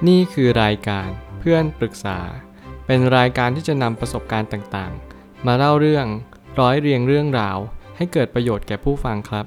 นี่คือรายการเพื่อนปรึกษาเป็นรายการที่จะนำประสบการณ์ต่างๆมาเล่าเรื่องร้อยเรียงเรื่องราวให้เกิดประโยชน์แก่ผู้ฟังครับ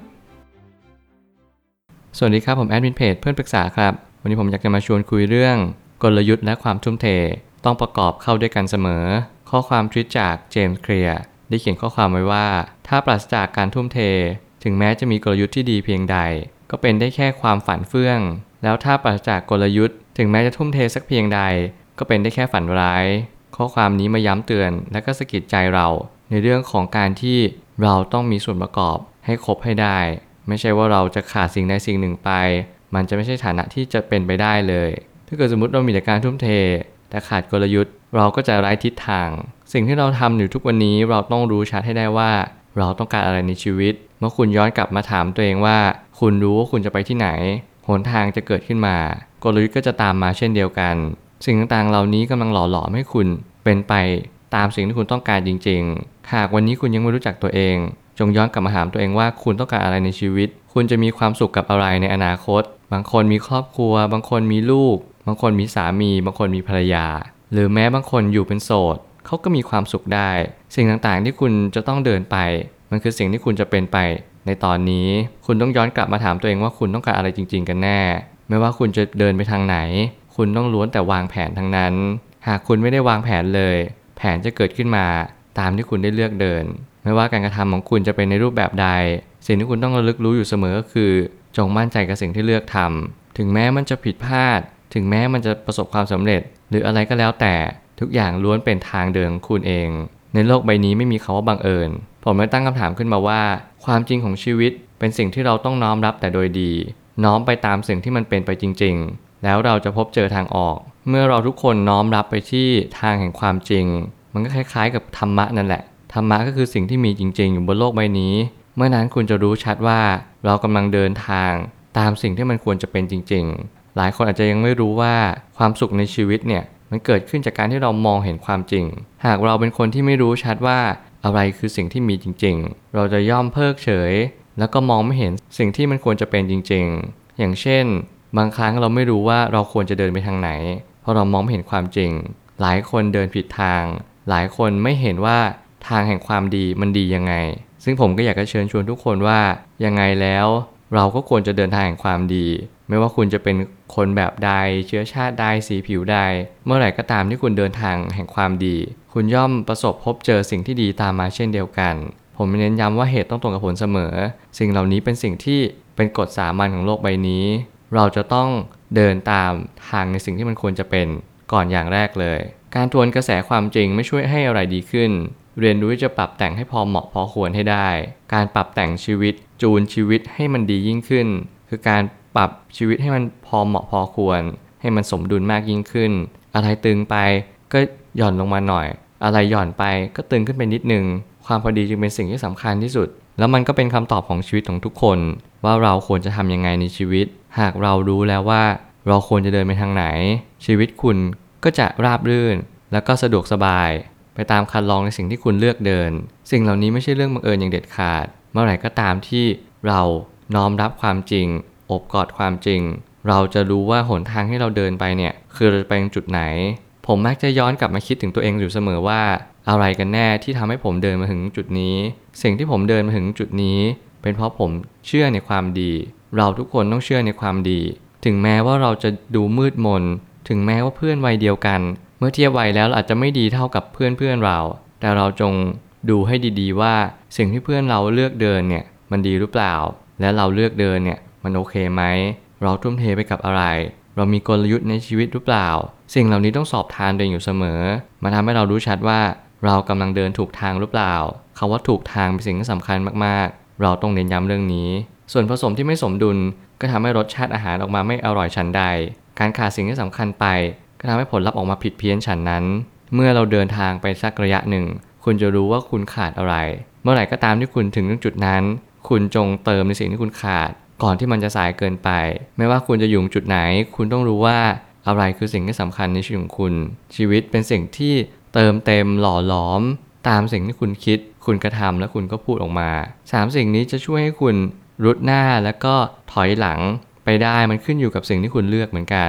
สวัสดีครับผมแอดมินเพจเพื่อนปรึกษาครับวันนี้ผมอยากจะมาชวนคุยเรื่องกลยุทธ์และความทุ่มเทต้องประกอบเข้าด้วยกันเสมอข้อความทวิตจากเจมส์เคลียร์ได้เขียนข้อความไว้ว่าถ้าปราศจากการทุ่มเทถึงแม้จะมีกลยุทธ์ที่ดีเพียงใดก็เป็นได้แค่ความฝันเฟื่องแล้วถ้าปราศจากกลยุทธ์ถึงแม้จะทุ่มเทสักเพียงใดก็เป็นได้แค่ฝันร้ายข้อความนี้มาย้ำเตือนและก็สะกิดใจเราในเรื่องของการที่เราต้องมีส่วนประกอบให้ครบให้ได้ไม่ใช่ว่าเราจะขาดสิ่งใดสิ่งหนึ่งไปมันจะไม่ใช่ฐานะที่จะเป็นไปได้เลยถ้าเกิดสมมติเรามีแต่การทุ่มเทแต่ขาดกลยุทธ์เราก็จะไร้ทิศทางสิ่งที่เราทำอยู่ทุกวันนี้เราต้องรู้ชัดให้ได้ว่าเราต้องการอะไรในชีวิตเมื่อคุณย้อนกลับมาถามตัวเองว่าคุณรู้ว่าคุณจะไปที่ไหนหนทางจะเกิดขึ้นมากลยุทธ์ก็จะตามมาเช่นเดียวกันสิ่งต่างๆเหล่านี้กำลังหล่อหลอมให้คุณเป็นไปตามสิ่งที่คุณต้องการจริงๆหากวันนี้คุณยังไม่รู้จักตัวเองจงย้อนกลับมาถามตัวเองว่าคุณต้องการอะไรในชีวิตคุณจะมีความสุขกับอะไรในอนาคตบางคนมีครอบครัวบางคนมีลูกบางคนมีสามีบางคนมีภรรยาหรือแม้บางคนอยู่เป็นโสดเขาก็มีความสุขได้สิ่งต่างๆที่คุณจะต้องเดินไปมันคือสิ่งที่คุณจะเป็นไปในตอนนี้คุณต้องย้อนกลับมาถามตัวเองว่าคุณต้องการอะไรจริงๆกันแน่ไม่ว่าคุณจะเดินไปทางไหนคุณต้องล้วนแต่วางแผนทั้งนั้นหากคุณไม่ได้วางแผนเลยแผนจะเกิดขึ้นมาตามที่คุณได้เลือกเดินไม่ว่าการกระทำของคุณจะเป็นในรูปแบบใดสิ่งที่คุณต้องระลึกรู้อยู่เสมอก็คือจงมั่นใจกับสิ่งที่เลือกทำถึงแม้มันจะผิดพลาดถึงแม้มันจะประสบความสำเร็จหรืออะไรก็แล้วแต่ทุกอย่างล้วนเป็นทางเดินของคุณเองในโลกใบนี้ไม่มีคำว่าบังเอิญผมเลยตั้งคำถามขึ้นมาว่าความจริงของชีวิตเป็นสิ่งที่เราต้องน้อมรับแต่โดยดีน้อมไปตามสิ่งที่มันเป็นไปจริงๆแล้วเราจะพบเจอทางออกเมื่อเราทุกคนน้อมรับไปที่ทางแห่งความจริงมันก็คล้ายๆกับธรรมะนั่นแหละธรรมะก็คือสิ่งที่มีจริงๆอยู่บนโลกใบนี้เมื่อนั้นคุณจะรู้ชัดว่าเรากำลังเดินทางตามสิ่งที่มันควรจะเป็นจริงๆหลายคนอาจจะยังไม่รู้ว่าความสุขในชีวิตเนี่ยมันเกิดขึ้นจากการที่เรามองเห็นความจริงหากเราเป็นคนที่ไม่รู้ชัดว่าอะไรคือสิ่งที่มีจริงๆเราจะย่อมเพิกเฉยแล้วก็มองไม่เห็นสิ่งที่มันควรจะเป็นจริงๆอย่างเช่นบางครั้งเราไม่รู้ว่าเราควรจะเดินไปทางไหนเพราะเรามองไม่เห็นความจริงหลายคนเดินผิดทางหลายคนไม่เห็นว่าทางแห่งความดีมันดียังไงซึ่งผมก็อยากจะเชิญชวนทุกคนว่ายังไงแล้วเราก็ควรจะเดินทางแห่งความดีไม่ว่าคุณจะเป็นคนแบบใดเชื้อชาติใดสีผิวใดเมื่อไหร่ก็ตามที่คุณเดินทางแห่งความดีคุณย่อมประสบพบเจอสิ่งที่ดีตามมาเช่นเดียวกันผมเน้นย้ำว่าเหตุต้องตรงกับผลเสมอสิ่งเหล่านี้เป็นสิ่งที่เป็นกฎสามัญของโลกใบนี้เราจะต้องเดินตามทางในสิ่งที่มันควรจะเป็นก่อนอย่างแรกเลยการทวนกระแสความจริงไม่ช่วยให้อะไรดีขึ้นเรียนรู้จะปรับแต่งให้พอเหมาะพอควรให้ได้การปรับแต่งชีวิตจูนชีวิตให้มันดียิ่งขึ้นคือการปรับชีวิตให้มันพอเหมาะพอควรให้มันสมดุลมากยิ่งขึ้นอะไรตึงไปก็หย่อนลงมาหน่อยอะไรหย่อนไปก็ตึงขึ้นไปนิดนึงความพอดีจึงเป็นสิ่งที่สำคัญที่สุดแล้วมันก็เป็นคำตอบของชีวิตของทุกคนว่าเราควรจะทำยังไงในชีวิตหากเรารู้แล้วว่าเราควรจะเดินไปทางไหนชีวิตคุณก็จะราบรื่นแล้วก็สะดวกสบายไปตามคันลองในสิ่งที่คุณเลือกเดินสิ่งเหล่านี้ไม่ใช่เรื่องบังเอิญอย่างเด็ดขาดเมื่อไหร่ก็ตามที่เราน้อมรับความจริงอบกอดความจริงเราจะรู้ว่าหนทางที่เราเดินไปเนี่ยคือเราจะไปยังจุดไหนผมมักจะย้อนกลับมาคิดถึงตัวเองอยู่เสมอว่าอะไรกันแน่ที่ทำให้ผมเดินมาถึงจุดนี้สิ่งที่ผมเดินมาถึงจุดนี้เป็นเพราะผมเชื่อในความดีเราทุกคนต้องเชื่อในความดีถึงแม้ว่าเราจะดูมืดมนถึงแม้ว่าเพื่อนวัยเดียวกันเมื่อเทียบวัยแล้วอาจจะไม่ดีเท่ากับเพื่อนเราแต่เราจงดูให้ดีๆว่าสิ่งที่เพื่อนเราเลือกเดินเนี่ยมันดีหรือเปล่าและเราเลือกเดินเนี่ยมันโอเคไหมเราทุ่มเทไปกับอะไรเรามีกลยุทธ์ในชีวิตหรือเปล่าสิ่งเหล่านี้ต้องสอบทานตัวเองอยู่เสมอมาทำให้เรารู้ชัดว่าเรากำลังเดินถูกทางหรือเปล่าคำว่าถูกทางเป็นสิ่งที่สำคัญมากๆเราต้องเน้นย้ำเรื่องนี้ส่วนผสมที่ไม่สมดุลก็ทำให้รสชาติอาหารออกมาไม่อร่อยฉันใดการขาดสิ่งที่สำคัญไปก็ทำให้ผลลัพธ์ออกมาผิดเพี้ยนฉันนั้นเมื่อเราเดินทางไปสักระยะหนึ่งคุณจะรู้ว่าคุณขาดอะไรเมื่อไหร่ก็ตามที่คุณถึงจุดนั้นคุณจงเติมในสิ่งที่คุณขาดก่อนที่มันจะสายเกินไปไม่ว่าคุณจะอยู่จุดไหนคุณต้องรู้ว่าอะไรคือสิ่งที่สำคัญในชีวิตของคุณชีวิตเป็นสิ่งที่เติมเต็มหล่อหลอมตามสิ่งที่คุณคิดคุณกระทำและคุณก็พูดออกมา3สิ่งนี้จะช่วยให้คุณรุดหน้าแล้วก็ถอยหลังไปได้มันขึ้นอยู่กับสิ่งที่คุณเลือกเหมือนกันถ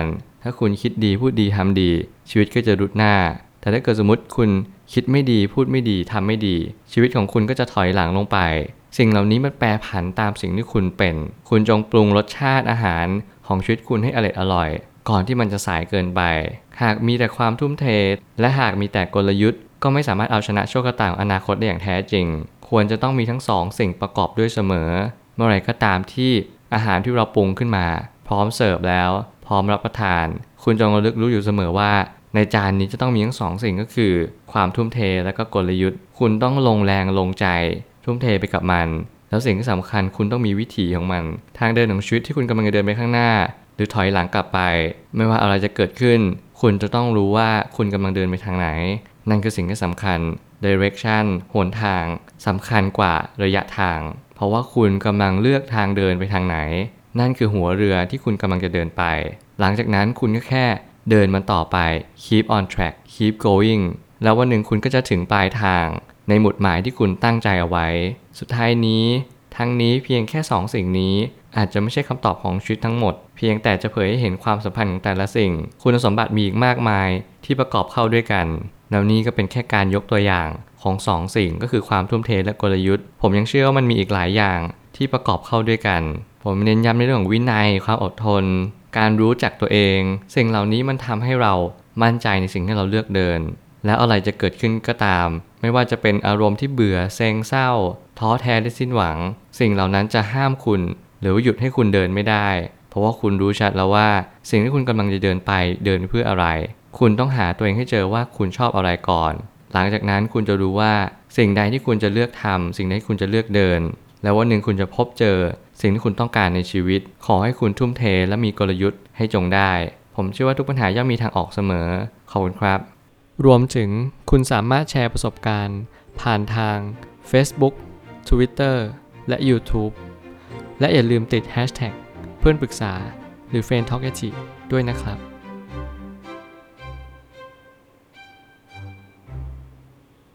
ถ้าคุณคิดดีพูดดีทำดีชีวิตก็จะรุดหน้าแต่ถ้าเกิดสมมติคุณคิดไม่ดีพูดไม่ดีทำไม่ดีชีวิตของคุณก็จะถอยหลังลงไปสิ่งเหล่านี้มันแปรผันตามสิ่งที่คุณเป็นคุณจงปรุงรสชาติอาหารของชีวิตคุณให้อร่อยก่อนที่มันจะสายเกินไปหากมีแต่ความทุ่มเทและหากมีแต่กลยุทธ์ก็ไม่สามารถเอาชนะโชคชะตาของอนาคตได้อย่างแท้จริงควรจะต้องมีทั้งสองสิ่งประกอบด้วยเสมอเมื่อไหร่ก็ตามที่อาหารที่เราปรุงขึ้นมาพร้อมเสิร์ฟแล้วพร้อมรับประทานคุณจงระลึกรู้อยู่เสมอว่าในจานนี้จะต้องมีทั้งสองสิ่งก็คือความทุ่มเทและก็กลยุทธ์คุณต้องลงแรงลงใจทุ่มเทไปกับมันแล้วสิ่งที่สำคัญคุณต้องมีวิถีของมันทางเดินของชีวิตที่คุณกำลังจะเดินไปข้างหน้าหรือถอยหลังกลับไปไม่ว่าอะไรจะเกิดขึ้นคุณจะต้องรู้ว่าคุณกำลังเดินไปทางไหนนั่นคือสิ่งที่สำคัญ direction หนทางสำคัญกว่าระยะทางเพราะว่าคุณกำลังเลือกทางเดินไปทางไหนนั่นคือหัวเรือที่คุณกำลังจะเดินไปหลังจากนั้นคุณก็แค่เดินมันต่อไป keep on track keep going แล้ววันหนึ่งคุณก็จะถึงปลายทางในหมุดหมายที่คุณตั้งใจเอาไว้สุดท้ายนี้ทั้งนี้เพียงแค่2สิ่งนี้อาจจะไม่ใช่คำตอบของชีวิตทั้งหมดเพียงแต่จะเผยให้เห็นความสัมพันธ์ของแต่ละสิ่งคุณสมบัติมีอีกมากมายที่ประกอบเข้าด้วยกันแล้วนี่ก็เป็นแค่การยกตัวอย่างของ2สิ่งก็คือความทุ่มเทและกลยุทธ์ผมยังเชื่อว่ามันมีอีกหลายอย่างที่ประกอบเข้าด้วยกันผมเน้นย้ำในเรื่องของวินัยความอดทนการรู้จักตัวเองสิ่งเหล่านี้มันทำให้เรามั่นใจในสิ่งที่เราเลือกเดินแล้วอะไรจะเกิดขึ้นก็ตามไม่ว่าจะเป็นอารมณ์ที่เบื่อเซ็งเศร้าท้อแท้และสิ้นหวังสิ่งเหล่านั้นจะห้ามคุณหรือหยุดให้คุณเดินไม่ได้เพราะว่าคุณรู้ชัดแล้วว่าสิ่งที่คุณกำลังจะเดินไปเดินเพื่ออะไรคุณต้องหาตัวเองให้เจอว่าคุณชอบอะไรก่อนหลังจากนั้นคุณจะรู้ว่าสิ่งใดที่คุณจะเลือกทำสิ่งใดที่คุณจะเลือกเดินแล้ววันหนึ่งคุณจะพบเจอสิ่งที่คุณต้องการในชีวิตขอให้คุณทุ่มเทและมีกลยุทธ์ให้จงได้ผมเชื่อว่าทุกปัญหาย่อมมีทางออกเสมอขอบคุณครับรวมถึงคุณสามารถแชร์ประสบการณ์ผ่านทาง Facebook Twitter และ YouTube และอย่าลืมติด hashtag เพื่อนปรึกษาหรือ Friend Talk ด้วยนะครับ